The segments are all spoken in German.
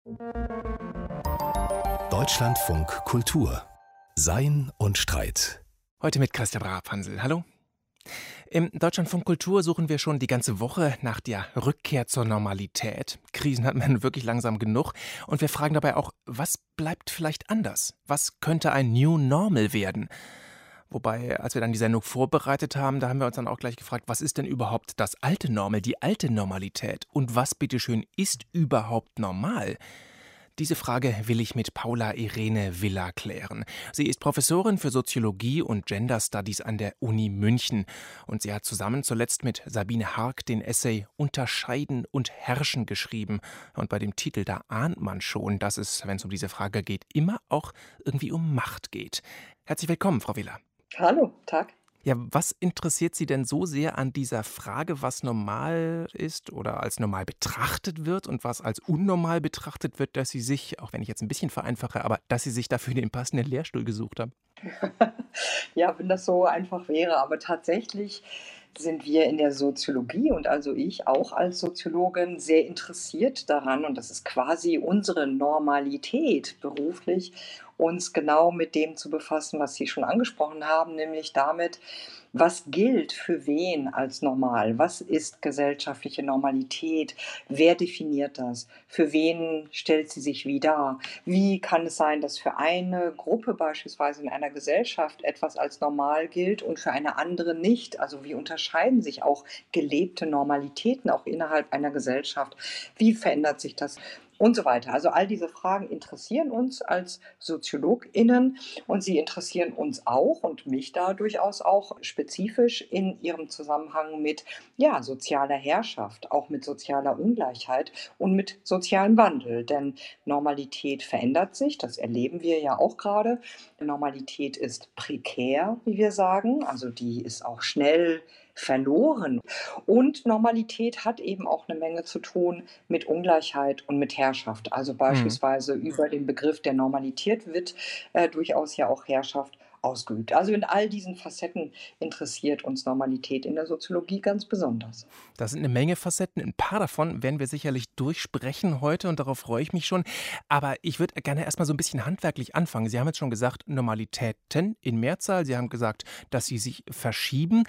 Deutschlandfunk Kultur. Sein und Streit. Heute mit Christian Rapansel. Hallo. Im Deutschlandfunk Kultur suchen wir schon die ganze Woche nach der Rückkehr zur Normalität. Krisen hat man wirklich langsam genug. Und wir fragen dabei auch, was bleibt vielleicht anders? Was könnte ein New Normal werden? Wobei, als wir dann die Sendung vorbereitet haben, da haben wir uns dann auch gleich gefragt, was ist denn überhaupt das alte Normal, die alte Normalität? Und was, bitteschön, ist überhaupt normal? Diese Frage will ich mit Paula Irene Villa klären. Sie ist Professorin für Soziologie und Gender Studies an der Uni München. Und sie hat zusammen zuletzt mit Sabine Haag den Essay Unterscheiden und Herrschen geschrieben. Und bei dem Titel, da ahnt man schon, dass es, wenn es um diese Frage geht, immer auch irgendwie um Macht geht. Herzlich willkommen, Frau Villa. Hallo, Tag. Ja, was interessiert Sie denn so sehr an dieser Frage, was normal ist oder als normal betrachtet wird und was als unnormal betrachtet wird, dass Sie sich, auch wenn ich jetzt ein bisschen vereinfache, aber dass Sie sich dafür den passenden Lehrstuhl gesucht haben? Ja, wenn das so einfach wäre, aber tatsächlich sind wir in der Soziologie und also ich auch als Soziologin sehr interessiert daran, und das ist quasi unsere Normalität beruflich, uns genau mit dem zu befassen, was Sie schon angesprochen haben, nämlich damit, was gilt für wen als normal? Was ist gesellschaftliche Normalität? Wer definiert das? Für wen stellt sie sich wie dar? Wie kann es sein, dass für eine Gruppe beispielsweise in einer Gesellschaft etwas als normal gilt und für eine andere nicht? Also wie unterscheiden sich auch gelebte Normalitäten auch innerhalb einer Gesellschaft? Wie verändert sich das? Und so weiter. Also all diese Fragen interessieren uns als SoziologInnen und sie interessieren uns auch und mich da durchaus auch spezifisch in ihrem Zusammenhang mit sozialer Herrschaft, auch mit sozialer Ungleichheit und mit sozialem Wandel. Denn Normalität verändert sich, das erleben wir ja auch gerade. Normalität ist prekär, wie wir sagen, also die ist auch schnell verloren. Und Normalität hat eben auch eine Menge zu tun mit Ungleichheit und mit Herrschaft. Also beispielsweise über den Begriff der Normalität wird durchaus ja auch Herrschaft ausgeübt. Also in all diesen Facetten interessiert uns Normalität in der Soziologie ganz besonders. Das sind eine Menge Facetten. Ein paar davon werden wir sicherlich durchsprechen heute und darauf freue ich mich schon. Aber ich würde gerne erstmal so ein bisschen handwerklich anfangen. Sie haben jetzt schon gesagt, Normalitäten in Mehrzahl. Sie haben gesagt, dass sie sich verschieben.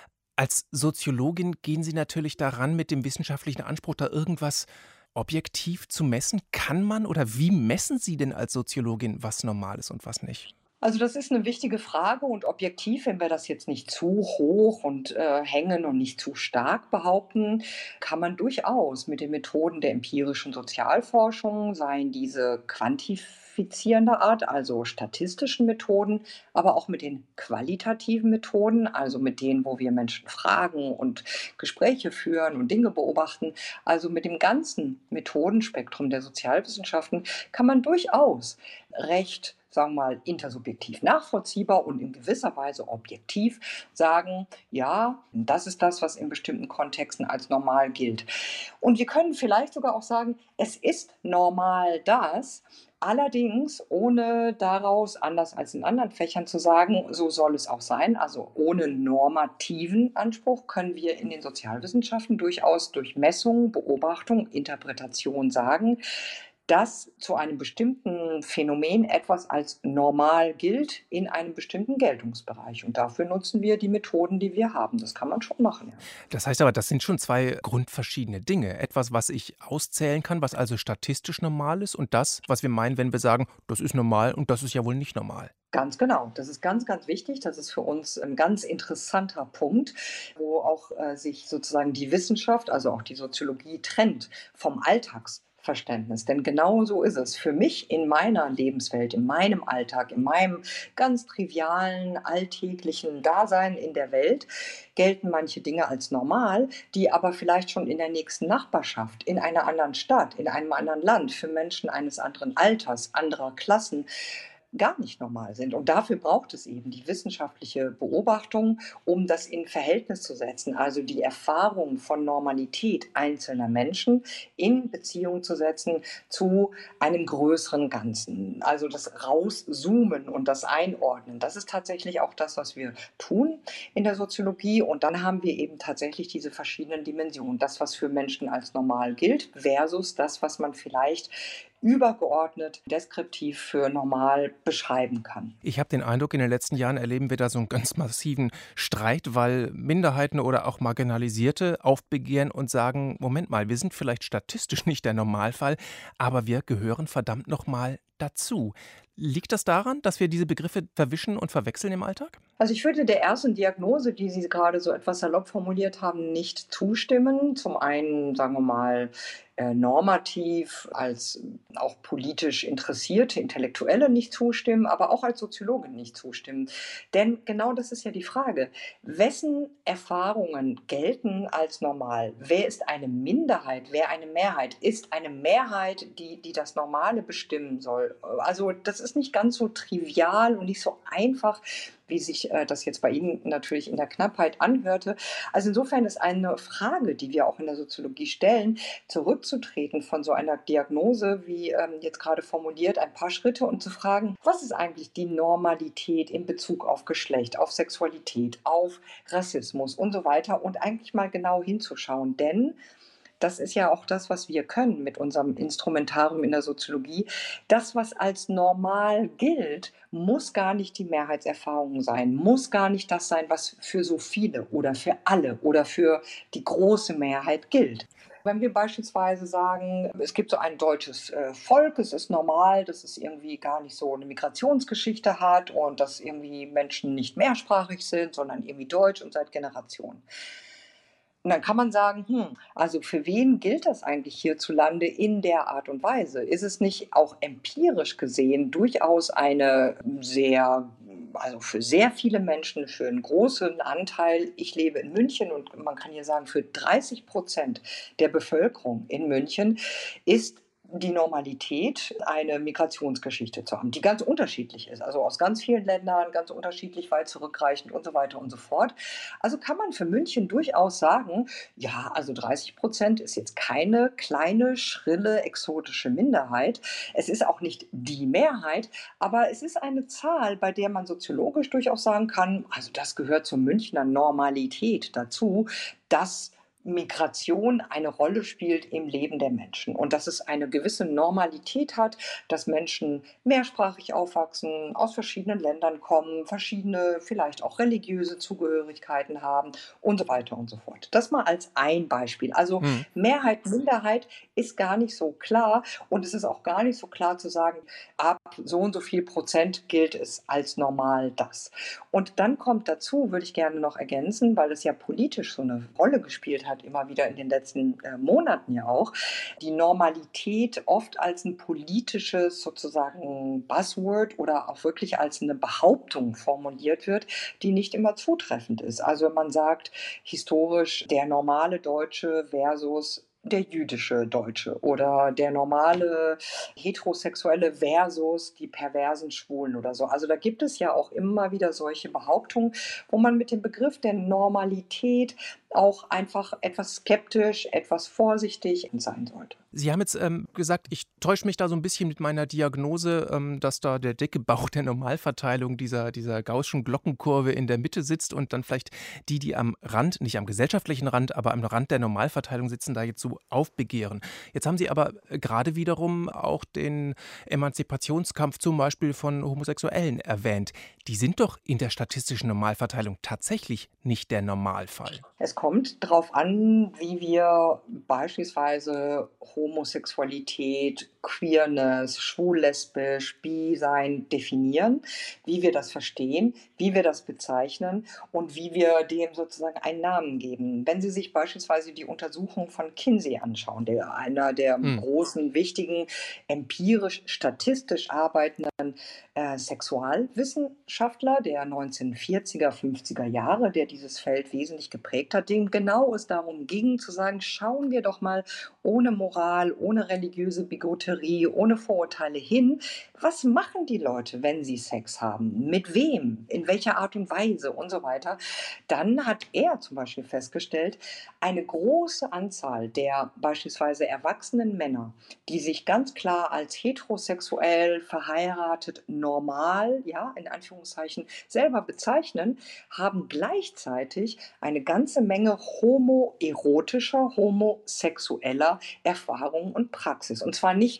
Als Soziologin gehen Sie natürlich daran mit dem wissenschaftlichen Anspruch, da irgendwas objektiv zu messen. Kann man oder wie messen Sie denn als Soziologin, was normal ist und was nicht? Also das ist eine wichtige Frage und objektiv, wenn wir das jetzt nicht zu hoch und hängen und nicht zu stark behaupten, kann man durchaus mit den Methoden der empirischen Sozialforschung, seien diese quantifizierender Art, also statistischen Methoden, aber auch mit den qualitativen Methoden, also mit denen, wo wir Menschen fragen und Gespräche führen und Dinge beobachten, also mit dem ganzen Methodenspektrum der Sozialwissenschaften, kann man durchaus recht, sagen wir mal, intersubjektiv nachvollziehbar und in gewisser Weise objektiv sagen, ja, das ist das, was in bestimmten Kontexten als normal gilt. Und wir können vielleicht sogar auch sagen, es ist normal das, allerdings ohne daraus, anders als in anderen Fächern zu sagen, so soll es auch sein, also ohne normativen Anspruch können wir in den Sozialwissenschaften durchaus durch Messung, Beobachtung, Interpretation sagen, dass zu einem bestimmten Phänomen etwas als normal gilt in einem bestimmten Geltungsbereich. Und dafür nutzen wir die Methoden, die wir haben. Das kann man schon machen. Ja. Das heißt aber, das sind schon zwei grundverschiedene Dinge. Etwas, was ich auszählen kann, was also statistisch normal ist und das, was wir meinen, wenn wir sagen, das ist normal und das ist ja wohl nicht normal. Ganz genau. Das ist ganz, ganz wichtig. Das ist für uns ein ganz interessanter Punkt, wo auch sich sozusagen die Wissenschaft, also auch die Soziologie, trennt vom Alltagsverständnis. Denn genau so ist es. Für mich in meiner Lebenswelt, in meinem Alltag, in meinem ganz trivialen, alltäglichen Dasein in der Welt gelten manche Dinge als normal, die aber vielleicht schon in der nächsten Nachbarschaft, in einer anderen Stadt, in einem anderen Land, für Menschen eines anderen Alters, anderer Klassen gar nicht normal sind. Und dafür braucht es eben die wissenschaftliche Beobachtung, um das in Verhältnis zu setzen, also die Erfahrung von Normalität einzelner Menschen in Beziehung zu setzen zu einem größeren Ganzen. Also das Rauszoomen und das Einordnen, das ist tatsächlich auch das, was wir tun in der Soziologie. Und dann haben wir eben tatsächlich diese verschiedenen Dimensionen. Das, was für Menschen als normal gilt, versus das, was man vielleicht übergeordnet deskriptiv für normal beschreiben kann. Ich habe den Eindruck, in den letzten Jahren erleben wir da so einen ganz massiven Streit, weil Minderheiten oder auch Marginalisierte aufbegehren und sagen: „Moment mal, wir sind vielleicht statistisch nicht der Normalfall, aber wir gehören verdammt noch mal dazu.“ Liegt das daran, dass wir diese Begriffe verwischen und verwechseln im Alltag? Also ich würde der ersten Diagnose, die Sie gerade so etwas salopp formuliert haben, nicht zustimmen. Zum einen, sagen wir mal, normativ als auch politisch interessierte Intellektuelle nicht zustimmen, aber auch als Soziologin nicht zustimmen. Denn genau das ist ja die Frage. Wessen Erfahrungen gelten als normal? Wer ist eine Minderheit? Wer eine Mehrheit? Ist eine Mehrheit, die das Normale bestimmen soll? Also das ist nicht ganz so trivial und nicht so einfach, wie sich das jetzt bei Ihnen natürlich in der Knappheit anhörte. Also insofern ist eine Frage, die wir auch in der Soziologie stellen, zurückzutreten von so einer Diagnose, wie jetzt gerade formuliert, ein paar Schritte und zu fragen, was ist eigentlich die Normalität in Bezug auf Geschlecht, auf Sexualität, auf Rassismus und so weiter und eigentlich mal genau hinzuschauen. Denn das ist ja auch das, was wir können mit unserem Instrumentarium in der Soziologie. Das, was als normal gilt, muss gar nicht die Mehrheitserfahrung sein, muss gar nicht das sein, was für so viele oder für alle oder für die große Mehrheit gilt. Wenn wir beispielsweise sagen, es gibt so ein deutsches Volk, es ist normal, dass es irgendwie gar nicht so eine Migrationsgeschichte hat und dass irgendwie Menschen nicht mehrsprachig sind, sondern irgendwie deutsch und seit Generationen. Und dann kann man sagen, also für wen gilt das eigentlich hierzulande in der Art und Weise? Ist es nicht auch empirisch gesehen durchaus eine sehr, also für sehr viele Menschen, für einen großen Anteil, ich lebe in München und man kann hier sagen, für 30% der Bevölkerung in München ist die Normalität, eine Migrationsgeschichte zu haben, die ganz unterschiedlich ist, also aus ganz vielen Ländern, ganz unterschiedlich weit zurückreichend und so weiter und so fort. Also kann man für München durchaus sagen, ja, also 30% ist jetzt keine kleine, schrille, exotische Minderheit. Es ist auch nicht die Mehrheit, aber es ist eine Zahl, bei der man soziologisch durchaus sagen kann, also das gehört zur Münchner Normalität dazu, dass Migration eine Rolle spielt im Leben der Menschen und dass es eine gewisse Normalität hat, dass Menschen mehrsprachig aufwachsen, aus verschiedenen Ländern kommen, verschiedene vielleicht auch religiöse Zugehörigkeiten haben und so weiter und so fort. Das mal als ein Beispiel. Also Mhm. Mehrheit, Minderheit ist gar nicht so klar und es ist auch gar nicht so klar zu sagen, ab so und so viel Prozent gilt es als normal das. Und dann kommt dazu, würde ich gerne noch ergänzen, weil es ja politisch so eine Rolle gespielt hat, immer wieder in den letzten Monaten ja auch, die Normalität oft als ein politisches sozusagen Buzzword oder auch wirklich als eine Behauptung formuliert wird, die nicht immer zutreffend ist. Also wenn man sagt, historisch der normale Deutsche versus der jüdische Deutsche oder der normale Heterosexuelle versus die perversen Schwulen oder so. Also da gibt es ja auch immer wieder solche Behauptungen, wo man mit dem Begriff der Normalität auch einfach etwas skeptisch, etwas vorsichtig sein sollte. Sie haben jetzt gesagt, ich täusche mich da so ein bisschen mit meiner Diagnose, dass da der dicke Bauch der Normalverteilung dieser Gaußschen Glockenkurve in der Mitte sitzt und dann vielleicht die am Rand, nicht am gesellschaftlichen Rand, aber am Rand der Normalverteilung sitzen, da jetzt so aufbegehren. Jetzt haben Sie aber gerade wiederum auch den Emanzipationskampf zum Beispiel von Homosexuellen erwähnt. Die sind doch in der statistischen Normalverteilung tatsächlich nicht der Normalfall. Es kommt darauf an, wie wir beispielsweise Homosexualität, Queerness, schwul-lesbisch, bi-sein definieren, wie wir das verstehen, wie wir das bezeichnen und wie wir dem sozusagen einen Namen geben. Wenn Sie sich beispielsweise die Untersuchung von Kinsey anschauen, einer der Mhm. großen, wichtigen, empirisch-statistisch arbeitenden Sexualwissenschaftler der 1940er, 50er Jahre, der dieses Feld wesentlich geprägt hat, dem genau es darum ging, zu sagen, schauen wir doch mal ohne Moral, ohne religiöse Bigotterie, ohne Vorurteile hin, was machen die Leute, wenn sie Sex haben, mit wem, in welcher Art und Weise und so weiter. Dann hat er zum Beispiel festgestellt, eine große Anzahl der beispielsweise erwachsenen Männer, die sich ganz klar als heterosexuell, verheiratet, normal, ja, in Anführungszeichen, selber bezeichnen, haben gleichzeitig eine ganze Menge homoerotischer, homosexueller Erfahrungen und Praxis. Und zwar nicht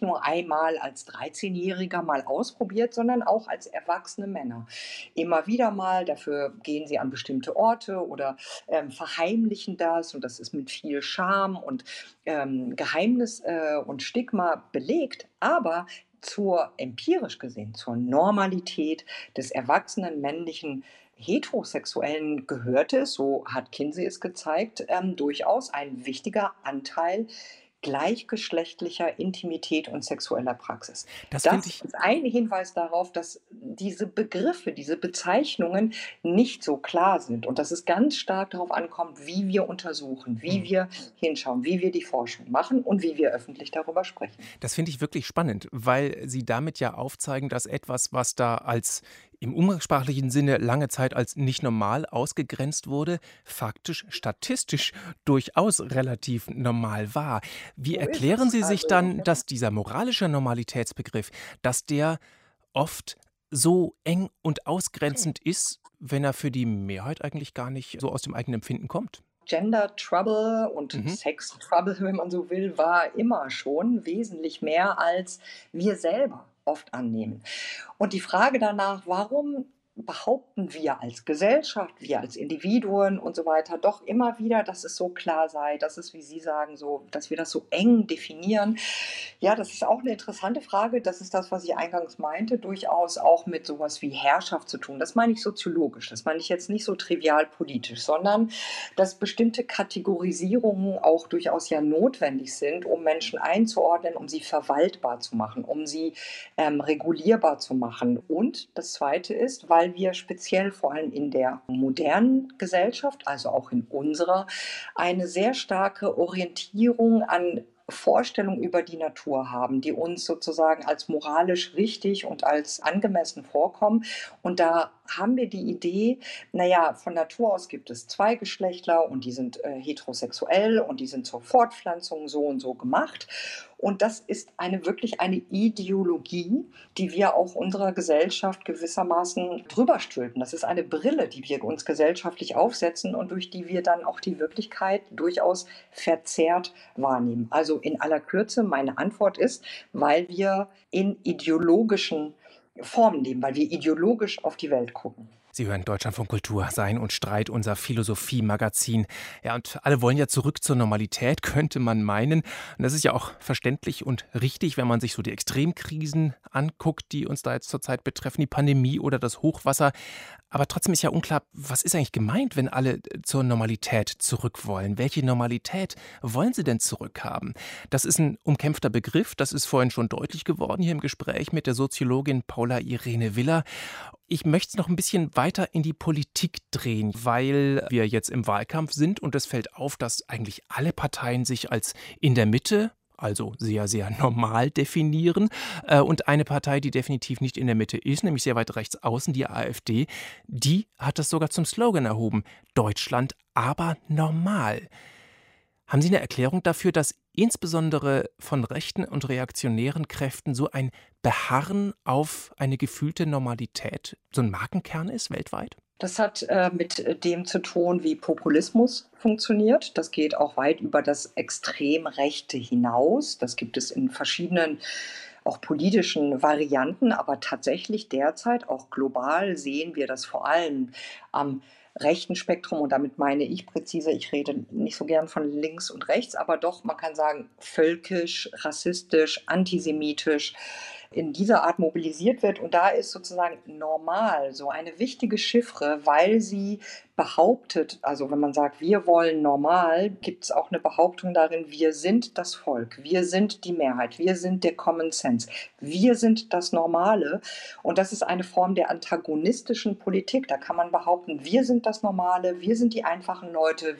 nur einmal als 13-Jähriger mal ausprobiert, sondern auch als erwachsene Männer. Immer wieder mal, dafür gehen sie an bestimmte Orte oder verheimlichen das, und das ist mit viel Scham und Geheimnis und Stigma belegt, aber empirisch gesehen, zur Normalität des erwachsenen männlichen Heterosexuellen gehörte es, so hat Kinsey es gezeigt, durchaus ein wichtiger Anteil gleichgeschlechtlicher Intimität und sexueller Praxis. Das finde Das ich ist ein Hinweis darauf, dass diese Begriffe, diese Bezeichnungen nicht so klar sind und dass es ganz stark darauf ankommt, wie wir untersuchen, wie hm. wir hinschauen, wie wir die Forschung machen und wie wir öffentlich darüber sprechen. Das finde ich wirklich spannend, weil Sie damit ja aufzeigen, dass etwas, was da als im umgangssprachlichen Sinne lange Zeit als nicht normal ausgegrenzt wurde, faktisch statistisch durchaus relativ normal war. Wie So ist erklären es. Sie sich Also, dann, dass dieser moralische Normalitätsbegriff, dass der oft so eng und ausgrenzend ist, wenn er für die Mehrheit eigentlich gar nicht so aus dem eigenen Empfinden kommt? Gender Trouble und Mhm. Sex Trouble, wenn man so will, war immer schon wesentlich mehr, als wir selber oft annehmen. Und die Frage danach, warum behaupten wir als Gesellschaft, wir als Individuen und so weiter doch immer wieder, dass es so klar sei, dass es, wie Sie sagen, so, dass wir das so eng definieren. Ja, das ist auch eine interessante Frage. Das ist das, was ich eingangs meinte, durchaus auch mit sowas wie Herrschaft zu tun. Das meine ich soziologisch. Das meine ich jetzt nicht so trivial politisch, sondern dass bestimmte Kategorisierungen auch durchaus ja notwendig sind, um Menschen einzuordnen, um sie verwaltbar zu machen, um sie regulierbar zu machen. Und das Zweite ist, weil wir speziell vor allem in der modernen Gesellschaft, also auch in unserer, eine sehr starke Orientierung an Vorstellungen über die Natur haben, die uns sozusagen als moralisch richtig und als angemessen vorkommen. Und da haben wir die Idee, naja, von Natur aus gibt es zwei Geschlechtler und die sind heterosexuell und die sind zur Fortpflanzung so und so gemacht. Und das ist wirklich eine Ideologie, die wir auch unserer Gesellschaft gewissermaßen drüber stülpen. Das ist eine Brille, die wir uns gesellschaftlich aufsetzen und durch die wir dann auch die Wirklichkeit durchaus verzerrt wahrnehmen. Also in aller Kürze, meine Antwort ist, weil wir in ideologischen Formen leben, weil wir ideologisch auf die Welt gucken. Sie hören Deutschlandfunk Kultur, Sein und Streit, unser Philosophie-Magazin. Ja, und alle wollen ja zurück zur Normalität, könnte man meinen. Und das ist ja auch verständlich und richtig, wenn man sich so die Extremkrisen anguckt, die uns da jetzt zurzeit betreffen, die Pandemie oder das Hochwasser. Aber trotzdem ist ja unklar, was ist eigentlich gemeint, wenn alle zur Normalität zurück wollen? Welche Normalität wollen sie denn zurückhaben? Das ist ein umkämpfter Begriff, das ist vorhin schon deutlich geworden hier im Gespräch mit der Soziologin Paula Irene Willer. Ich möchte es noch ein bisschen weiter in die Politik drehen, weil wir jetzt im Wahlkampf sind und es fällt auf, dass eigentlich alle Parteien sich als in der Mitte, also sehr, sehr normal definieren. Und eine Partei, die definitiv nicht in der Mitte ist, nämlich sehr weit rechts außen, die AfD, die hat das sogar zum Slogan erhoben: Deutschland aber normal. Haben Sie eine Erklärung dafür, dass insbesondere von rechten und reaktionären Kräften so ein Beharren auf eine gefühlte Normalität so ein Markenkern ist weltweit? Das hat mit dem zu tun, wie Populismus funktioniert. Das geht auch weit über das Extremrechte hinaus. Das gibt es in verschiedenen, auch politischen Varianten, aber tatsächlich derzeit auch global sehen wir das vor allem am rechten Spektrum, und damit meine ich präzise, ich rede nicht so gern von links und rechts, aber doch, man kann sagen, völkisch, rassistisch, antisemitisch in dieser Art mobilisiert wird. Und da ist sozusagen normal so eine wichtige Chiffre, weil sie behauptet, also wenn man sagt, wir wollen normal, gibt es auch eine Behauptung darin, wir sind das Volk, wir sind die Mehrheit, wir sind der Common Sense, wir sind das Normale. Und das ist eine Form der antagonistischen Politik. Da kann man behaupten, wir sind das Normale, wir sind die einfachen Leute,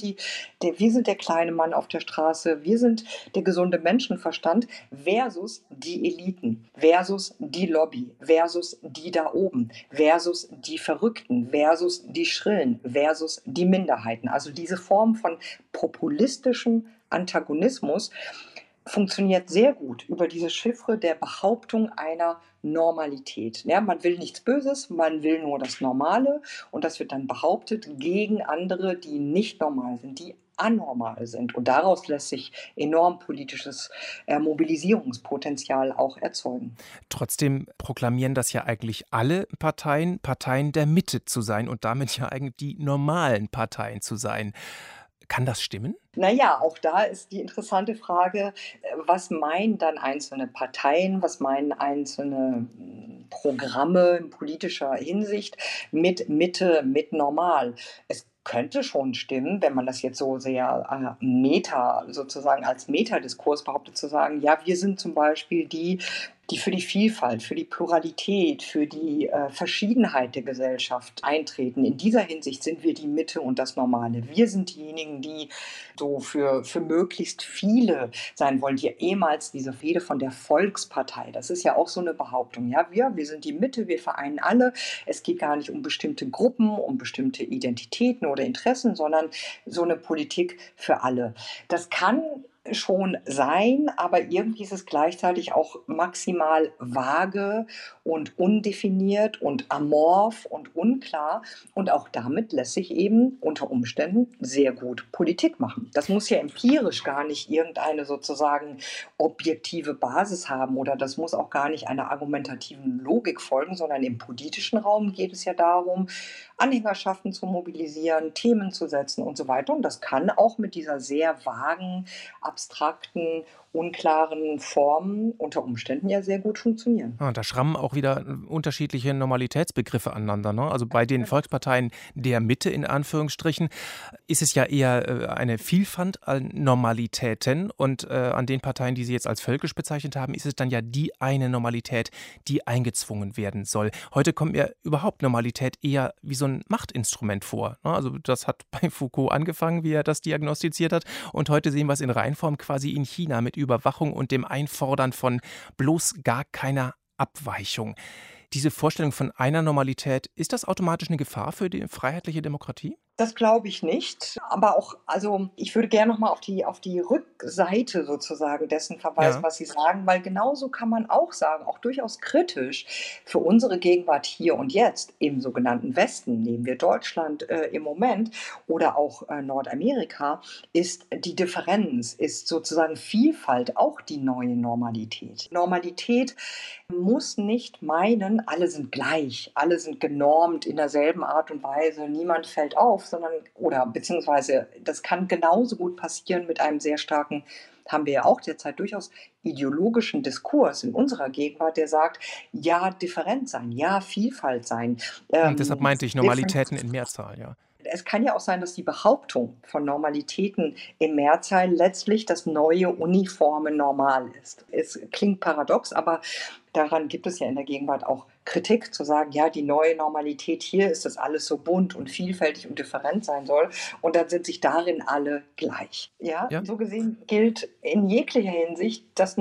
wir sind der kleine Mann auf der Straße, wir sind der gesunde Menschenverstand versus die Eliten, versus die Lobby, versus die da oben, versus die Verrückten, versus die Schrillen, versus die Minderheiten. Also diese Form von populistischem Antagonismus funktioniert sehr gut über diese Chiffre der Behauptung einer Normalität. Ja, man will nichts Böses, man will nur das Normale, und das wird dann behauptet gegen andere, die nicht normal sind, die anormal sind. Und daraus lässt sich enorm politisches Mobilisierungspotenzial auch erzeugen. Trotzdem proklamieren das ja eigentlich alle Parteien, Parteien der Mitte zu sein und damit ja eigentlich die normalen Parteien zu sein. Kann das stimmen? Naja, auch da ist die interessante Frage, was meinen dann einzelne Parteien, was meinen einzelne Programme in politischer Hinsicht mit Mitte, mit normal? Es könnte schon stimmen, wenn man das jetzt so sehr sozusagen als Metadiskurs behauptet, zu sagen, ja, wir sind zum Beispiel die für die Vielfalt, für die Pluralität, für die Verschiedenheit der Gesellschaft eintreten. In dieser Hinsicht sind wir die Mitte und das Normale. Wir sind diejenigen, die so für möglichst viele sein wollen, die ehemals diese Rede von der Volkspartei, das ist ja auch so eine Behauptung. Ja, wir sind die Mitte, wir vereinen alle. Es geht gar nicht um bestimmte Gruppen, um bestimmte Identitäten oder Interessen, sondern so eine Politik für alle. Das kann schon sein, aber irgendwie ist es gleichzeitig auch maximal vage und undefiniert und amorph und unklar. Und auch damit lässt sich eben unter Umständen sehr gut Politik machen. Das muss ja empirisch gar nicht irgendeine sozusagen objektive Basis haben oder das muss auch gar nicht einer argumentativen Logik folgen, sondern im politischen Raum geht es ja darum, Anhängerschaften zu mobilisieren, Themen zu setzen und so weiter. Und das kann auch mit dieser sehr vagen, abstrakten, unklaren Formen unter Umständen ja sehr gut funktionieren. Da schrammen auch wieder unterschiedliche Normalitätsbegriffe aneinander. Ne? Also bei den Volksparteien der Mitte in Anführungsstrichen ist es ja eher eine Vielfalt an Normalitäten und an den Parteien, die Sie jetzt als völkisch bezeichnet haben, ist es dann ja die eine Normalität, die eingezwungen werden soll. Heute kommt mir überhaupt Normalität eher wie so ein Machtinstrument vor. Ne? Also das hat bei Foucault angefangen, wie er das diagnostiziert hat und heute sehen wir es in Reinform quasi in China mit Überwachung und dem Einfordern von bloß gar keiner Abweichung. Diese Vorstellung von einer Normalität, ist das automatisch eine Gefahr für die freiheitliche Demokratie? Das glaube ich nicht. Aber auch, also ich würde gerne nochmal auf die Rückseite sozusagen dessen verweisen, Ja. was Sie sagen, weil genauso kann man auch sagen, auch durchaus kritisch für unsere Gegenwart hier und jetzt im sogenannten Westen, nehmen wir Deutschland im Moment oder auch Nordamerika, ist die Differenz, ist sozusagen Vielfalt auch die neue Normalität. Normalität muss nicht meinen, alle sind gleich, alle sind genormt in derselben Art und Weise, niemand fällt auf, sondern, oder beziehungsweise das kann genauso gut passieren mit einem sehr starken, haben wir ja auch derzeit durchaus ideologischen Diskurs in unserer Gegenwart, der sagt, ja, different sein, ja, Vielfalt sein. Und deshalb meinte ich Normalitäten in Mehrzahl, ja. Es kann ja auch sein, dass die Behauptung von Normalitäten im Mehrzahl letztlich das neue uniforme Normal ist. Es klingt paradox, aber daran gibt es ja in der Gegenwart auch Kritik, zu sagen, ja, die neue Normalität hier ist, dass alles so bunt und vielfältig und different sein soll und dann sind sich darin alle gleich. Ja, Ja. so gesehen gilt in jeglicher Hinsicht, dass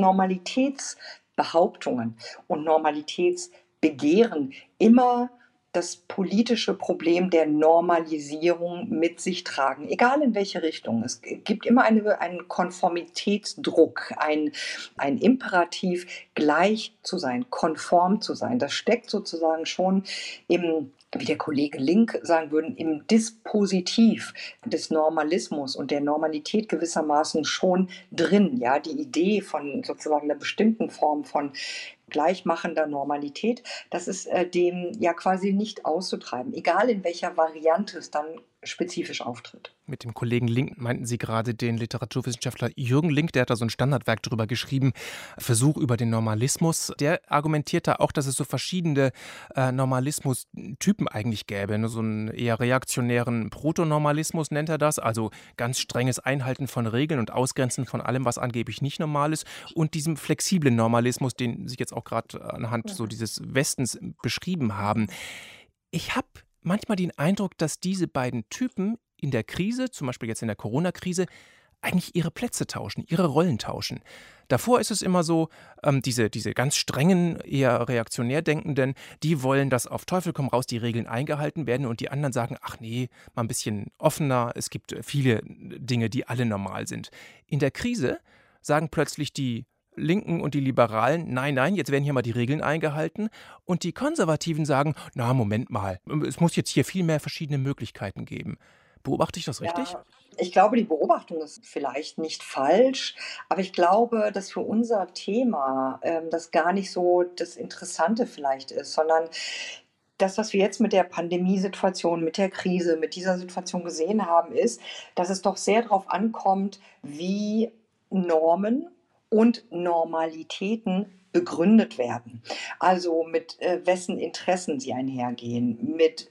Normalitätsbehauptungen und Normalitätsbegehren immer das politische Problem der Normalisierung mit sich tragen, egal in welche Richtung. Es gibt immer einen Konformitätsdruck, ein Imperativ, gleich zu sein, konform zu sein. Das steckt sozusagen schon im, wie der Kollege Link sagen würde, im Dispositiv des Normalismus und der Normalität gewissermaßen schon drin. Ja, die Idee von sozusagen einer bestimmten Form von gleichmachender Normalität, das ist dem ja quasi nicht auszutreiben, egal in welcher Variante es dann spezifisch auftritt. Mit dem Kollegen Link meinten Sie gerade den Literaturwissenschaftler Jürgen Link, der hat da so ein Standardwerk drüber geschrieben, Versuch über den Normalismus. Der argumentiert da auch, dass es so verschiedene Normalismus-Typen eigentlich gäbe. Ne? So einen eher reaktionären Protonormalismus nennt er das, also ganz strenges Einhalten von Regeln und Ausgrenzen von allem, was angeblich nicht normal ist. Und diesem flexiblen Normalismus, den Sie jetzt auch gerade anhand so dieses Westens beschrieben haben. Ich habe manchmal den Eindruck, dass diese beiden Typen in der Krise, zum Beispiel jetzt in der Corona-Krise, eigentlich ihre Plätze tauschen, ihre Rollen tauschen. Davor ist es immer so, diese ganz strengen, eher reaktionär Denkenden, die wollen, dass auf Teufel komm raus die Regeln eingehalten werden und die anderen sagen, ach nee, mal ein bisschen offener, es gibt viele Dinge, die alle normal sind. In der Krise sagen plötzlich die Linken und die Liberalen, nein, jetzt werden hier mal die Regeln eingehalten. Und die Konservativen sagen, na, Moment mal, es muss jetzt hier viel mehr verschiedene Möglichkeiten geben. Beobachte ich das richtig? Ja, ich glaube, die Beobachtung ist vielleicht nicht falsch, aber ich glaube, dass für unser Thema, das gar nicht so das Interessante vielleicht ist, sondern das, was wir jetzt mit der Pandemiesituation, mit der Krise, mit dieser Situation gesehen haben, ist, dass es doch sehr darauf ankommt, wie Normen und Normalitäten begründet werden. Also mit wessen Interessen sie einhergehen, mit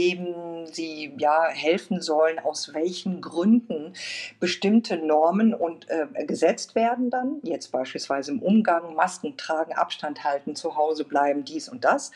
wem sie ja helfen sollen, aus welchen Gründen bestimmte Normen und gesetzt werden dann, jetzt beispielsweise im Umgang, Masken tragen, Abstand halten, zu Hause bleiben, dies und das.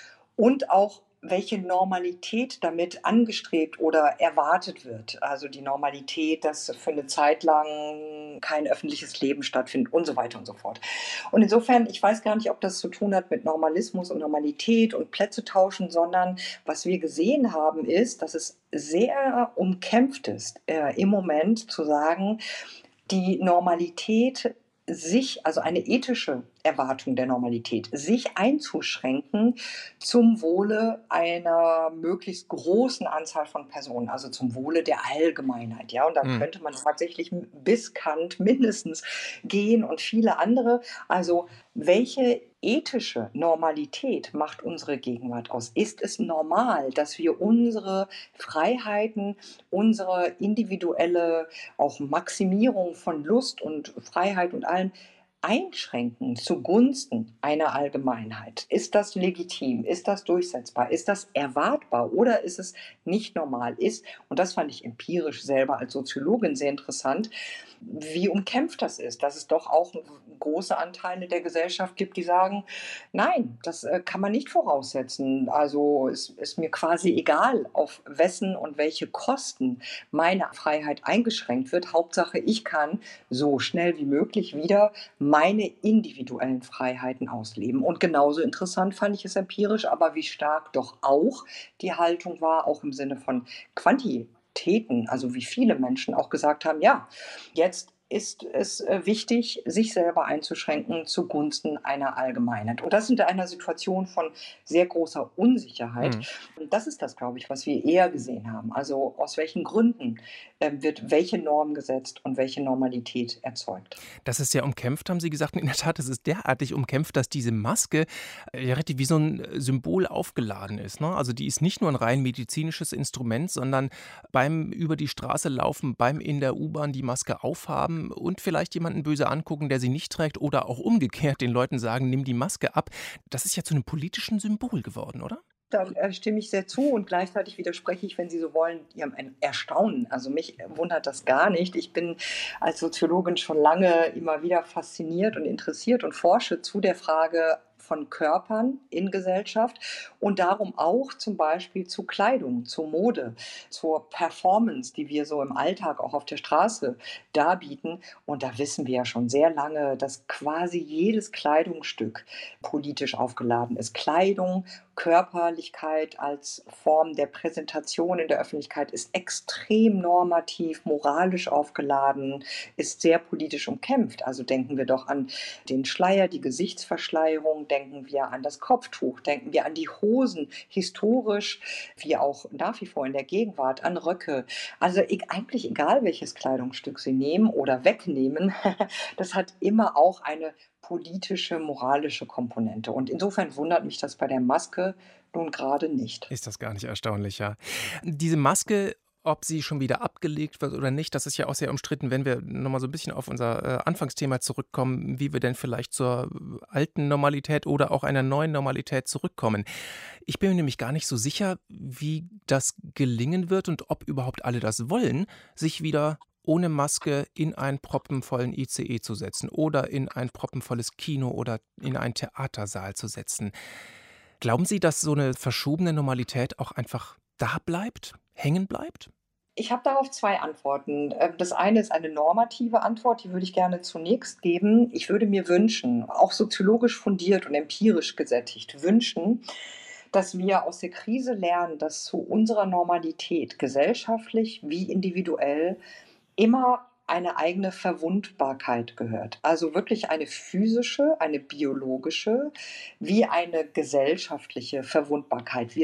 Und auch welche Normalität damit angestrebt oder erwartet wird. Also die Normalität, dass für eine Zeit lang kein öffentliches Leben stattfindet und so weiter und so fort. Und insofern, ich weiß gar nicht, ob das zu tun hat mit Normalismus und Normalität und Plätze tauschen, sondern was wir gesehen haben, ist, dass es sehr umkämpft ist, im Moment zu sagen, die Normalität sich, also eine ethische Erwartung der Normalität, sich einzuschränken zum Wohle einer möglichst großen Anzahl von Personen, also zum Wohle der Allgemeinheit. Ja, und da Mhm. könnte man tatsächlich bis Kant mindestens gehen und viele andere. Also welche ethische Normalität macht unsere Gegenwart aus? Ist es normal, dass wir unsere Freiheiten, unsere individuelle auch Maximierung von Lust und Freiheit und allem einschränken zugunsten einer Allgemeinheit? Ist das legitim? Ist das durchsetzbar? Ist das erwartbar oder ist es nicht normal? Und das fand ich empirisch selber als Soziologin sehr interessant, wie umkämpft das ist, dass es doch auch große Anteile der Gesellschaft gibt, die sagen, nein, das kann man nicht voraussetzen. Also es ist mir quasi egal, auf wessen und welche Kosten meine Freiheit eingeschränkt wird. Hauptsache, ich kann so schnell wie möglich wieder meine individuellen Freiheiten ausleben. Und genauso interessant fand ich es empirisch, aber wie stark doch auch die Haltung war, auch im Sinne von Quantitäten, also wie viele Menschen auch gesagt haben, ja, jetzt ist es wichtig, sich selber einzuschränken zugunsten einer Allgemeinheit. Und das in einer Situation von sehr großer Unsicherheit. Mhm. Und das ist das, glaube ich, was wir eher gesehen haben. Also aus welchen Gründen wird welche Norm gesetzt und welche Normalität erzeugt. Das ist sehr umkämpft, haben Sie gesagt. Und in der Tat, es ist derartig umkämpft, dass diese Maske ja richtig wie so ein Symbol aufgeladen ist, ne? Also, die ist nicht nur ein rein medizinisches Instrument, sondern beim über die Straße laufen, beim in der U-Bahn die Maske aufhaben und vielleicht jemanden böse angucken, der sie nicht trägt oder auch umgekehrt den Leuten sagen: „Nimm die Maske ab.“ Das ist ja zu einem politischen Symbol geworden, oder? Da stimme ich sehr zu und gleichzeitig widerspreche ich, wenn Sie so wollen, Ihrem ein Erstaunen. Also mich wundert das gar nicht. Ich bin als Soziologin schon lange immer wieder fasziniert und interessiert und forsche zu der Frage von Körpern in Gesellschaft und darum auch zum Beispiel zu Kleidung, zu Mode, zur Performance, die wir so im Alltag auch auf der Straße darbieten. Und da wissen wir ja schon sehr lange, dass quasi jedes Kleidungsstück politisch aufgeladen ist. Kleidung, Körperlichkeit als Form der Präsentation in der Öffentlichkeit ist extrem normativ, moralisch aufgeladen, ist sehr politisch umkämpft. Also denken wir doch an den Schleier, die Gesichtsverschleierung, denken wir an das Kopftuch, denken wir an die Hosen, historisch wie auch nach wie vor in der Gegenwart, an Röcke. Also eigentlich egal, welches Kleidungsstück Sie nehmen oder wegnehmen, das hat immer auch eine politische, moralische Komponente. Und insofern wundert mich das bei der Maske nun gerade nicht. Ist das gar nicht erstaunlich, ja. Diese Maske, ob sie schon wieder abgelegt wird oder nicht, das ist ja auch sehr umstritten, wenn wir noch mal so ein bisschen auf unser, Anfangsthema zurückkommen, wie wir denn vielleicht zur alten Normalität oder auch einer neuen Normalität zurückkommen. Ich bin mir nämlich gar nicht so sicher, wie das gelingen wird und ob überhaupt alle das wollen, sich wieder ohne Maske in einen proppenvollen ICE zu setzen oder in ein proppenvolles Kino oder in einen Theatersaal zu setzen. Glauben Sie, dass so eine verschobene Normalität auch einfach da bleibt, hängen bleibt? Ich habe darauf 2 Antworten. Das eine ist eine normative Antwort, die würde ich gerne zunächst geben. Ich würde mir wünschen, auch soziologisch fundiert und empirisch gesättigt, wünschen, dass wir aus der Krise lernen, dass zu unserer Normalität gesellschaftlich wie individuell immer eine eigene Verwundbarkeit gehört. Also wirklich eine physische, eine biologische, wie eine gesellschaftliche Verwundbarkeit. Wir sind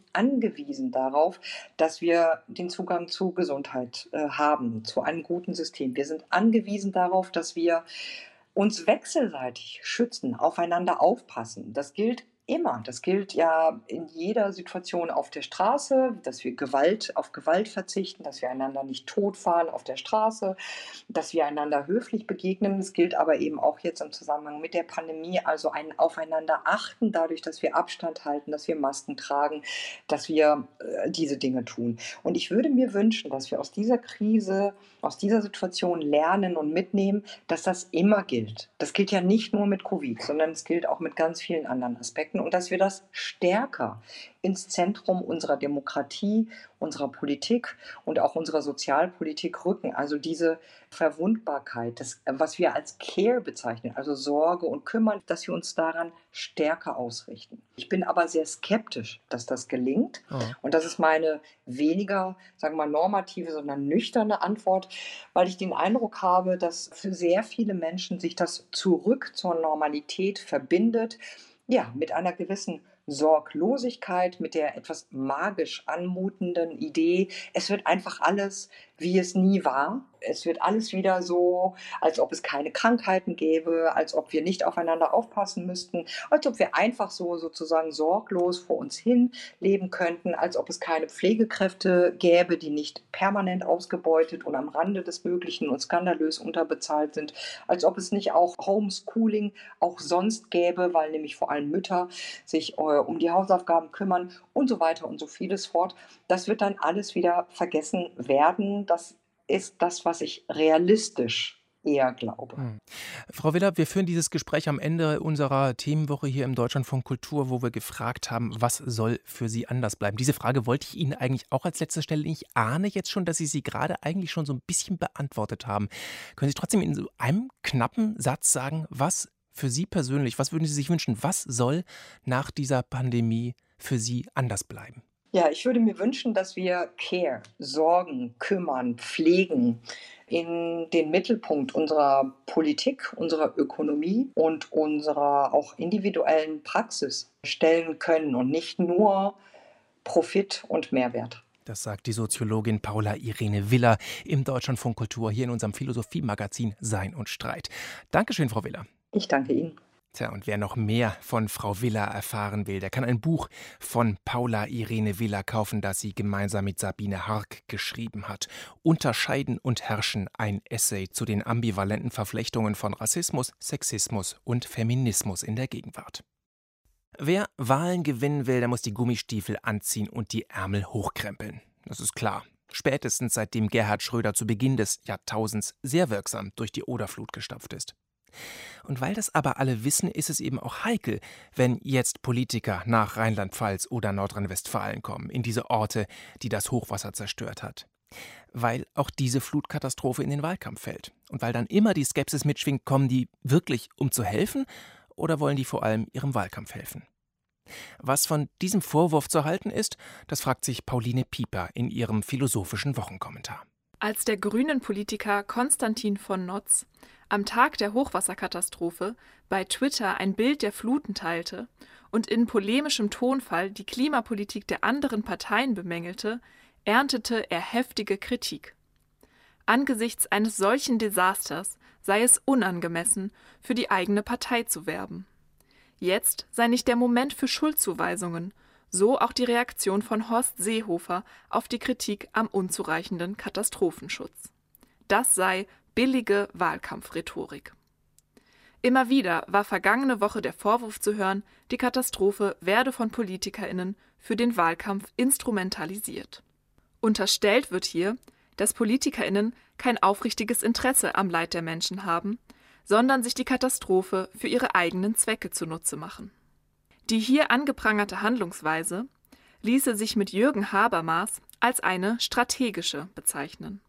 angewiesen darauf, dass wir den Zugang zu Gesundheit haben, zu einem guten System. Wir sind angewiesen darauf, dass wir uns wechselseitig schützen, aufeinander aufpassen. Das gilt immer. Das gilt ja in jeder Situation auf der Straße, dass wir auf Gewalt verzichten, dass wir einander nicht totfahren auf der Straße, dass wir einander höflich begegnen. Es gilt aber eben auch jetzt im Zusammenhang mit der Pandemie, also ein Aufeinander achten, dadurch, dass wir Abstand halten, dass wir Masken tragen, dass wir diese Dinge tun. Und ich würde mir wünschen, dass wir aus dieser Krise, aus dieser Situation lernen und mitnehmen, dass das immer gilt. Das gilt ja nicht nur mit Covid, sondern es gilt auch mit ganz vielen anderen Aspekten. Und dass wir das stärker ins Zentrum unserer Demokratie, unserer Politik und auch unserer Sozialpolitik rücken. Also diese Verwundbarkeit, das, was wir als Care bezeichnen, also Sorge und Kümmern, dass wir uns daran stärker ausrichten. Ich bin aber sehr skeptisch, dass das gelingt. Oh. Und das ist meine weniger, sagen wir mal, normative, sondern nüchterne Antwort, weil ich den Eindruck habe, dass für sehr viele Menschen sich das Zurück zur Normalität verbindet, ja, mit einer gewissen Sorglosigkeit, mit der etwas magisch anmutenden Idee, es wird einfach alles, wie es nie war. Es wird alles wieder so, als ob es keine Krankheiten gäbe, als ob wir nicht aufeinander aufpassen müssten, als ob wir einfach so sozusagen sorglos vor uns hin leben könnten, als ob es keine Pflegekräfte gäbe, die nicht permanent ausgebeutet und am Rande des Möglichen und skandalös unterbezahlt sind, als ob es nicht auch Homeschooling auch sonst gäbe, weil nämlich vor allem Mütter sich um die Hausaufgaben kümmern und so weiter und so vieles fort. Das wird dann alles wieder vergessen werden. Das ist das, was ich realistisch eher glaube. Frau Villa, wir führen dieses Gespräch am Ende unserer Themenwoche hier im Deutschlandfunk Kultur, wo wir gefragt haben, was soll für Sie anders bleiben? Diese Frage wollte ich Ihnen eigentlich auch als letzte stellen. Ich ahne jetzt schon, dass Sie sie gerade eigentlich schon so ein bisschen beantwortet haben. Können Sie trotzdem in so einem knappen Satz sagen, was für Sie persönlich, was würden Sie sich wünschen, was soll nach dieser Pandemie für Sie anders bleiben? Ja, ich würde mir wünschen, dass wir Care, Sorgen, Kümmern, Pflegen in den Mittelpunkt unserer Politik, unserer Ökonomie und unserer auch individuellen Praxis stellen können und nicht nur Profit und Mehrwert. Das sagt die Soziologin Paula Irene Villa im Deutschlandfunk Kultur hier in unserem Philosophie-Magazin Sein und Streit. Dankeschön, Frau Villa. Ich danke Ihnen. Tja, und wer noch mehr von Frau Villa erfahren will, der kann ein Buch von Paula Irene Villa kaufen, das sie gemeinsam mit Sabine Hark geschrieben hat. Unterscheiden und herrschen, ein Essay zu den ambivalenten Verflechtungen von Rassismus, Sexismus und Feminismus in der Gegenwart. Wer Wahlen gewinnen will, der muss die Gummistiefel anziehen und die Ärmel hochkrempeln. Das ist klar. Spätestens seitdem Gerhard Schröder zu Beginn des Jahrtausends sehr wirksam durch die Oderflut gestapft ist. Und weil das aber alle wissen, ist es eben auch heikel, wenn jetzt Politiker nach Rheinland-Pfalz oder Nordrhein-Westfalen kommen, in diese Orte, die das Hochwasser zerstört hat. Weil auch diese Flutkatastrophe in den Wahlkampf fällt. Und weil dann immer die Skepsis mitschwingt, kommen die wirklich, um zu helfen, oder wollen die vor allem ihrem Wahlkampf helfen? Was von diesem Vorwurf zu halten ist, das fragt sich Pauline Pieper in ihrem philosophischen Wochenkommentar. Als der Grünen-Politiker Konstantin von Notz am Tag der Hochwasserkatastrophe bei Twitter ein Bild der Fluten teilte und in polemischem Tonfall die Klimapolitik der anderen Parteien bemängelte, erntete er heftige Kritik. Angesichts eines solchen Desasters sei es unangemessen, für die eigene Partei zu werben. Jetzt sei nicht der Moment für Schuldzuweisungen, so auch die Reaktion von Horst Seehofer auf die Kritik am unzureichenden Katastrophenschutz. Das sei billige Wahlkampfrhetorik. Immer wieder war vergangene Woche der Vorwurf zu hören, die Katastrophe werde von PolitikerInnen für den Wahlkampf instrumentalisiert. Unterstellt wird hier, dass PolitikerInnen kein aufrichtiges Interesse am Leid der Menschen haben, sondern sich die Katastrophe für ihre eigenen Zwecke zunutze machen. Die hier angeprangerte Handlungsweise ließe sich mit Jürgen Habermas als eine strategische bezeichnen.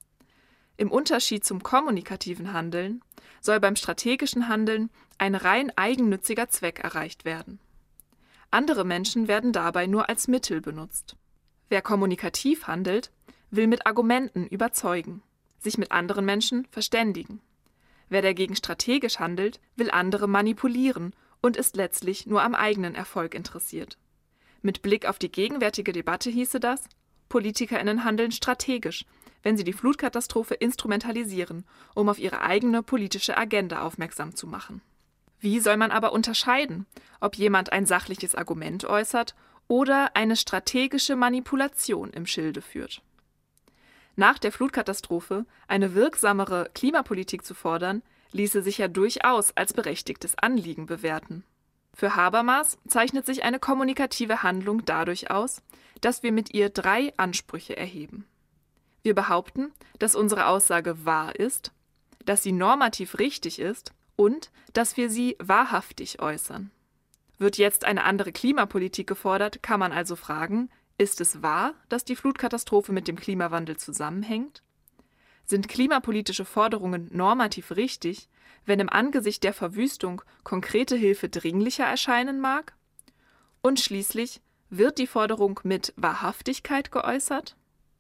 Im Unterschied zum kommunikativen Handeln soll beim strategischen Handeln ein rein eigennütziger Zweck erreicht werden. Andere Menschen werden dabei nur als Mittel benutzt. Wer kommunikativ handelt, will mit Argumenten überzeugen, sich mit anderen Menschen verständigen. Wer dagegen strategisch handelt, will andere manipulieren und ist letztlich nur am eigenen Erfolg interessiert. Mit Blick auf die gegenwärtige Debatte hieße das, PolitikerInnen handeln strategisch, wenn sie die Flutkatastrophe instrumentalisieren, um auf ihre eigene politische Agenda aufmerksam zu machen. Wie soll man aber unterscheiden, ob jemand ein sachliches Argument äußert oder eine strategische Manipulation im Schilde führt? Nach der Flutkatastrophe eine wirksamere Klimapolitik zu fordern, ließe sich ja durchaus als berechtigtes Anliegen bewerten. Für Habermas zeichnet sich eine kommunikative Handlung dadurch aus, dass wir mit ihr 3 Ansprüche erheben. Wir behaupten, dass unsere Aussage wahr ist, dass sie normativ richtig ist und dass wir sie wahrhaftig äußern. Wird jetzt eine andere Klimapolitik gefordert, kann man also fragen, ist es wahr, dass die Flutkatastrophe mit dem Klimawandel zusammenhängt? Sind klimapolitische Forderungen normativ richtig, wenn im Angesicht der Verwüstung konkrete Hilfe dringlicher erscheinen mag? Und schließlich, wird die Forderung mit Wahrhaftigkeit geäußert?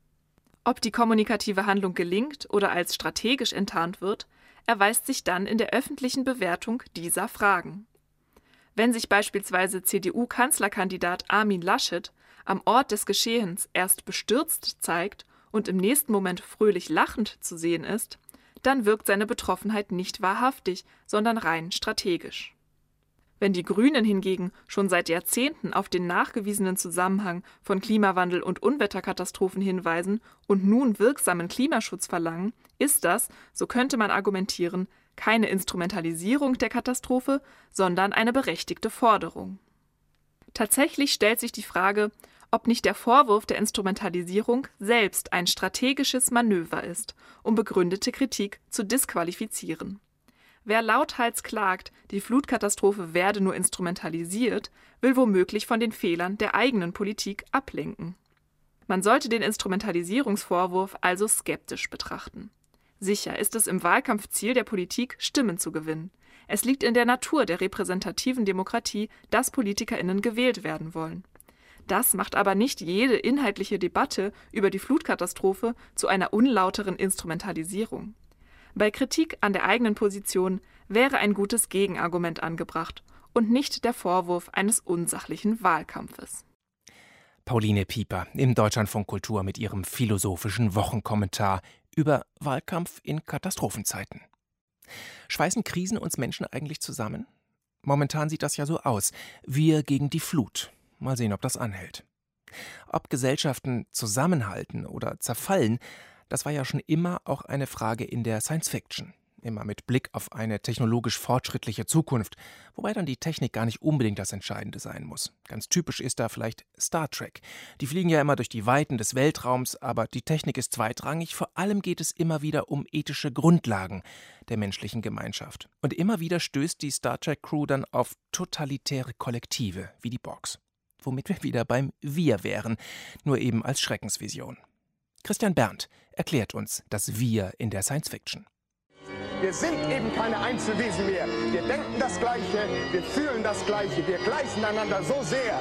Ob die kommunikative Handlung gelingt oder als strategisch enttarnt wird, erweist sich dann in der öffentlichen Bewertung dieser Fragen. Wenn sich beispielsweise CDU-Kanzlerkandidat Armin Laschet am Ort des Geschehens erst bestürzt zeigt und im nächsten Moment fröhlich lachend zu sehen ist, dann wirkt seine Betroffenheit nicht wahrhaftig, sondern rein strategisch. Wenn die Grünen hingegen schon seit Jahrzehnten auf den nachgewiesenen Zusammenhang von Klimawandel und Unwetterkatastrophen hinweisen und nun wirksamen Klimaschutz verlangen, ist das, so könnte man argumentieren, keine Instrumentalisierung der Katastrophe, sondern eine berechtigte Forderung. Tatsächlich stellt sich die Frage, ob nicht der Vorwurf der Instrumentalisierung selbst ein strategisches Manöver ist, um begründete Kritik zu disqualifizieren. Wer lauthals klagt, die Flutkatastrophe werde nur instrumentalisiert, will womöglich von den Fehlern der eigenen Politik ablenken. Man sollte den Instrumentalisierungsvorwurf also skeptisch betrachten. Sicher ist es im Wahlkampf Ziel der Politik, Stimmen zu gewinnen. Es liegt in der Natur der repräsentativen Demokratie, dass PolitikerInnen gewählt werden wollen. Das macht aber nicht jede inhaltliche Debatte über die Flutkatastrophe zu einer unlauteren Instrumentalisierung. Bei Kritik an der eigenen Position wäre ein gutes Gegenargument angebracht und nicht der Vorwurf eines unsachlichen Wahlkampfes. Pauline Pieper im Deutschlandfunk Kultur mit ihrem philosophischen Wochenkommentar über Wahlkampf in Katastrophenzeiten. Schweißen Krisen uns Menschen eigentlich zusammen? Momentan sieht das ja so aus. Wir gegen die Flut. Mal sehen, ob das anhält. Ob Gesellschaften zusammenhalten oder zerfallen, das war ja schon immer auch eine Frage in der Science Fiction. Immer mit Blick auf eine technologisch fortschrittliche Zukunft, wobei dann die Technik gar nicht unbedingt das Entscheidende sein muss. Ganz typisch ist da vielleicht Star Trek. Die fliegen ja immer durch die Weiten des Weltraums, aber die Technik ist zweitrangig. Vor allem geht es immer wieder um ethische Grundlagen der menschlichen Gemeinschaft. Und immer wieder stößt die Star Trek-Crew dann auf totalitäre Kollektive, wie die Borgs. Womit wir wieder beim Wir wären, nur eben als Schreckensvision. Christian Berndt erklärt uns das Wir in der Science Fiction. Wir sind eben keine Einzelwesen mehr. Wir denken das Gleiche, wir fühlen das Gleiche, wir gleichen einander so sehr.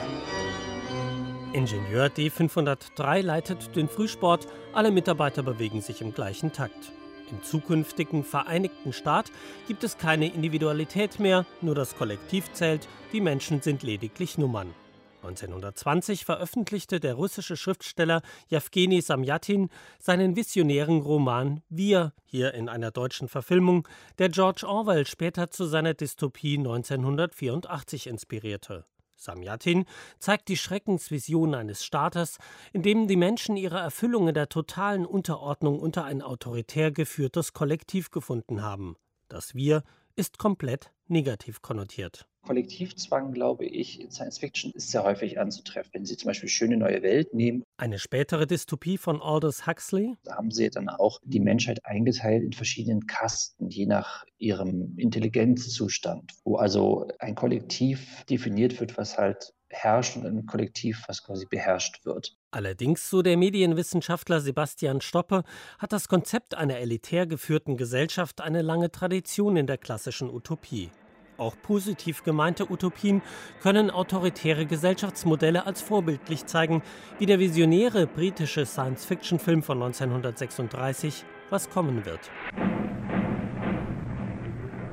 Ingenieur D503 leitet den Frühsport, alle Mitarbeiter bewegen sich im gleichen Takt. Im zukünftigen Vereinigten Staat gibt es keine Individualität mehr, nur das Kollektiv zählt, die Menschen sind lediglich Nummern. 1920 veröffentlichte der russische Schriftsteller Jewgeni Samjatin seinen visionären Roman Wir, hier in einer deutschen Verfilmung, der George Orwell später zu seiner Dystopie 1984 inspirierte. Samjatin zeigt die Schreckensvision eines Staates, in dem die Menschen ihre Erfüllung in der totalen Unterordnung unter ein autoritär geführtes Kollektiv gefunden haben. Das Wir ist komplett negativ konnotiert. Kollektivzwang, glaube ich, in Science Fiction ist sehr häufig anzutreffen. Wenn Sie zum Beispiel Schöne neue Welt nehmen. Eine spätere Dystopie von Aldous Huxley. Da haben Sie dann auch die Menschheit eingeteilt in verschiedenen Kasten, je nach ihrem Intelligenzzustand, wo also ein Kollektiv definiert wird, was halt herrscht und ein Kollektiv, was quasi beherrscht wird. Allerdings, so der Medienwissenschaftler Sebastian Stoppe, hat das Konzept einer elitär geführten Gesellschaft eine lange Tradition in der klassischen Utopie. Auch positiv gemeinte Utopien können autoritäre Gesellschaftsmodelle als vorbildlich zeigen, wie der visionäre britische Science-Fiction-Film von 1936 Was kommen wird. Hören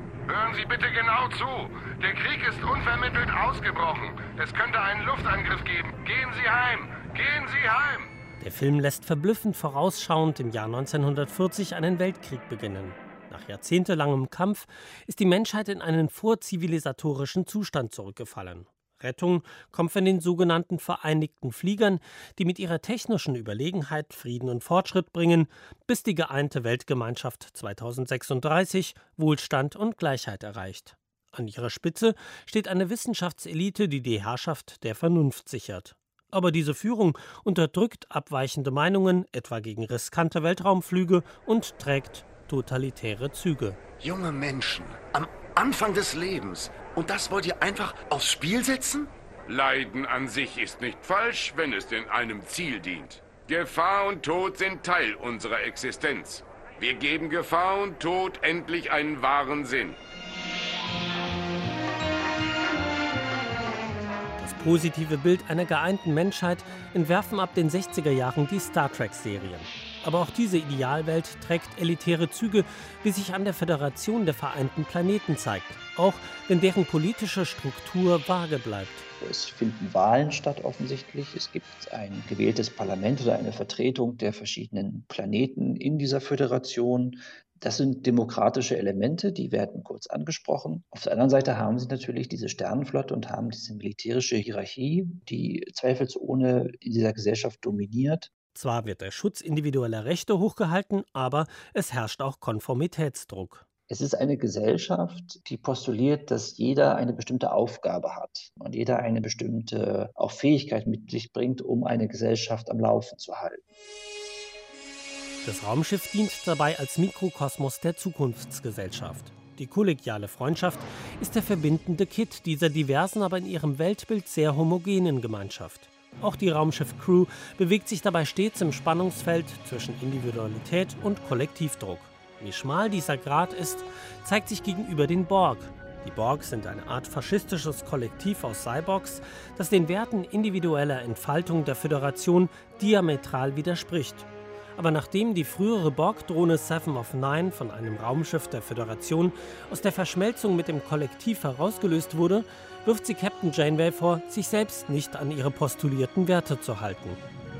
Hören Sie bitte genau zu. Der Krieg ist unvermittelt ausgebrochen. Es könnte einen Luftangriff geben. Gehen Sie heim. Gehen Sie heim. Der Film lässt verblüffend vorausschauend im Jahr 1940 einen Weltkrieg beginnen. Nach jahrzehntelangem Kampf ist die Menschheit in einen vorzivilisatorischen Zustand zurückgefallen. Rettung kommt von den sogenannten Vereinigten Fliegern, die mit ihrer technischen Überlegenheit Frieden und Fortschritt bringen, bis die geeinte Weltgemeinschaft 2036 Wohlstand und Gleichheit erreicht. An ihrer Spitze steht eine Wissenschaftselite, die die Herrschaft der Vernunft sichert. Aber diese Führung unterdrückt abweichende Meinungen, etwa gegen riskante Weltraumflüge, und trägt totalitäre Züge. Junge Menschen, am Anfang des Lebens. Und das wollt ihr einfach aufs Spiel setzen? Leiden an sich ist nicht falsch, wenn es denn einem Ziel dient. Gefahr und Tod sind Teil unserer Existenz. Wir geben Gefahr und Tod endlich einen wahren Sinn. Das positive Bild einer geeinten Menschheit entwerfen ab den 60er Jahren die Star Trek-Serien. Aber auch diese Idealwelt trägt elitäre Züge, wie sich an der Föderation der Vereinten Planeten zeigt, auch wenn deren politische Struktur vage bleibt. Es finden Wahlen statt offensichtlich. Es gibt ein gewähltes Parlament oder eine Vertretung der verschiedenen Planeten in dieser Föderation. Das sind demokratische Elemente, die werden kurz angesprochen. Auf der anderen Seite haben sie natürlich diese Sternenflotte und haben diese militärische Hierarchie, die zweifelsohne in dieser Gesellschaft dominiert. Zwar wird der Schutz individueller Rechte hochgehalten, aber es herrscht auch Konformitätsdruck. Es ist eine Gesellschaft, die postuliert, dass jeder eine bestimmte Aufgabe hat und jeder eine bestimmte auch Fähigkeit mit sich bringt, um eine Gesellschaft am Laufen zu halten. Das Raumschiff dient dabei als Mikrokosmos der Zukunftsgesellschaft. Die kollegiale Freundschaft ist der verbindende Kitt dieser diversen, aber in ihrem Weltbild sehr homogenen Gemeinschaft. Auch die Raumschiff-Crew bewegt sich dabei stets im Spannungsfeld zwischen Individualität und Kollektivdruck. Wie schmal dieser Grat ist, zeigt sich gegenüber den Borg. Die Borg sind eine Art faschistisches Kollektiv aus Cyborgs, das den Werten individueller Entfaltung der Föderation diametral widerspricht. Aber nachdem die frühere Borg-Drohne Seven of Nine von einem Raumschiff der Föderation aus der Verschmelzung mit dem Kollektiv herausgelöst wurde, wirft sie Captain Janeway vor, sich selbst nicht an ihre postulierten Werte zu halten.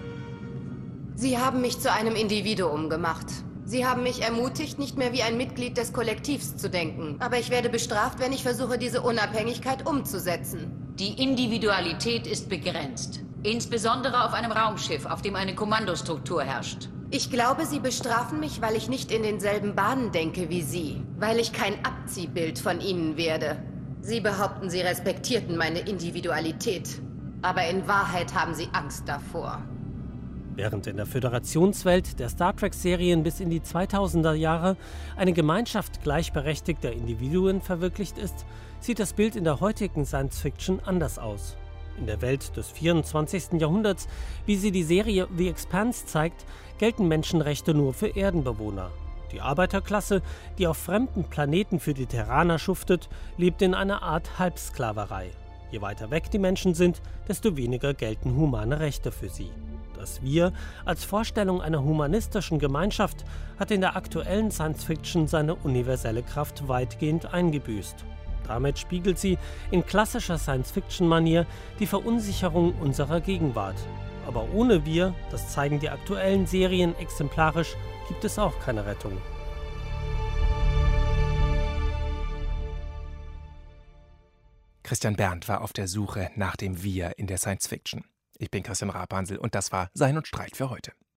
Sie haben mich zu einem Individuum gemacht. Sie haben mich ermutigt, nicht mehr wie ein Mitglied des Kollektivs zu denken. Aber ich werde bestraft, wenn ich versuche, diese Unabhängigkeit umzusetzen. Die Individualität ist begrenzt. Insbesondere auf einem Raumschiff, auf dem eine Kommandostruktur herrscht. Ich glaube, Sie bestrafen mich, weil ich nicht in denselben Bahnen denke wie Sie. Weil ich kein Abziehbild von Ihnen werde. Sie behaupten, Sie respektierten meine Individualität. Aber in Wahrheit haben Sie Angst davor. Während in der Föderationswelt der Star Trek-Serien bis in die 2000er Jahre eine Gemeinschaft gleichberechtigter Individuen verwirklicht ist, sieht das Bild in der heutigen Science-Fiction anders aus. In der Welt des 24. Jahrhunderts, wie sie die Serie The Expanse zeigt, gelten Menschenrechte nur für Erdenbewohner. Die Arbeiterklasse, die auf fremden Planeten für die Terraner schuftet, lebt in einer Art Halbsklaverei. Je weiter weg die Menschen sind, desto weniger gelten humane Rechte für sie. Das Wir als Vorstellung einer humanistischen Gemeinschaft hat in der aktuellen Science-Fiction seine universelle Kraft weitgehend eingebüßt. Damit spiegelt sie in klassischer Science-Fiction-Manier die Verunsicherung unserer Gegenwart. Aber ohne Wir, das zeigen die aktuellen Serien exemplarisch, gibt es auch keine Rettung. Christian Berndt war auf der Suche nach dem Wir in der Science-Fiction. Ich bin Christian Rapansel und das war Sein und Streit für heute.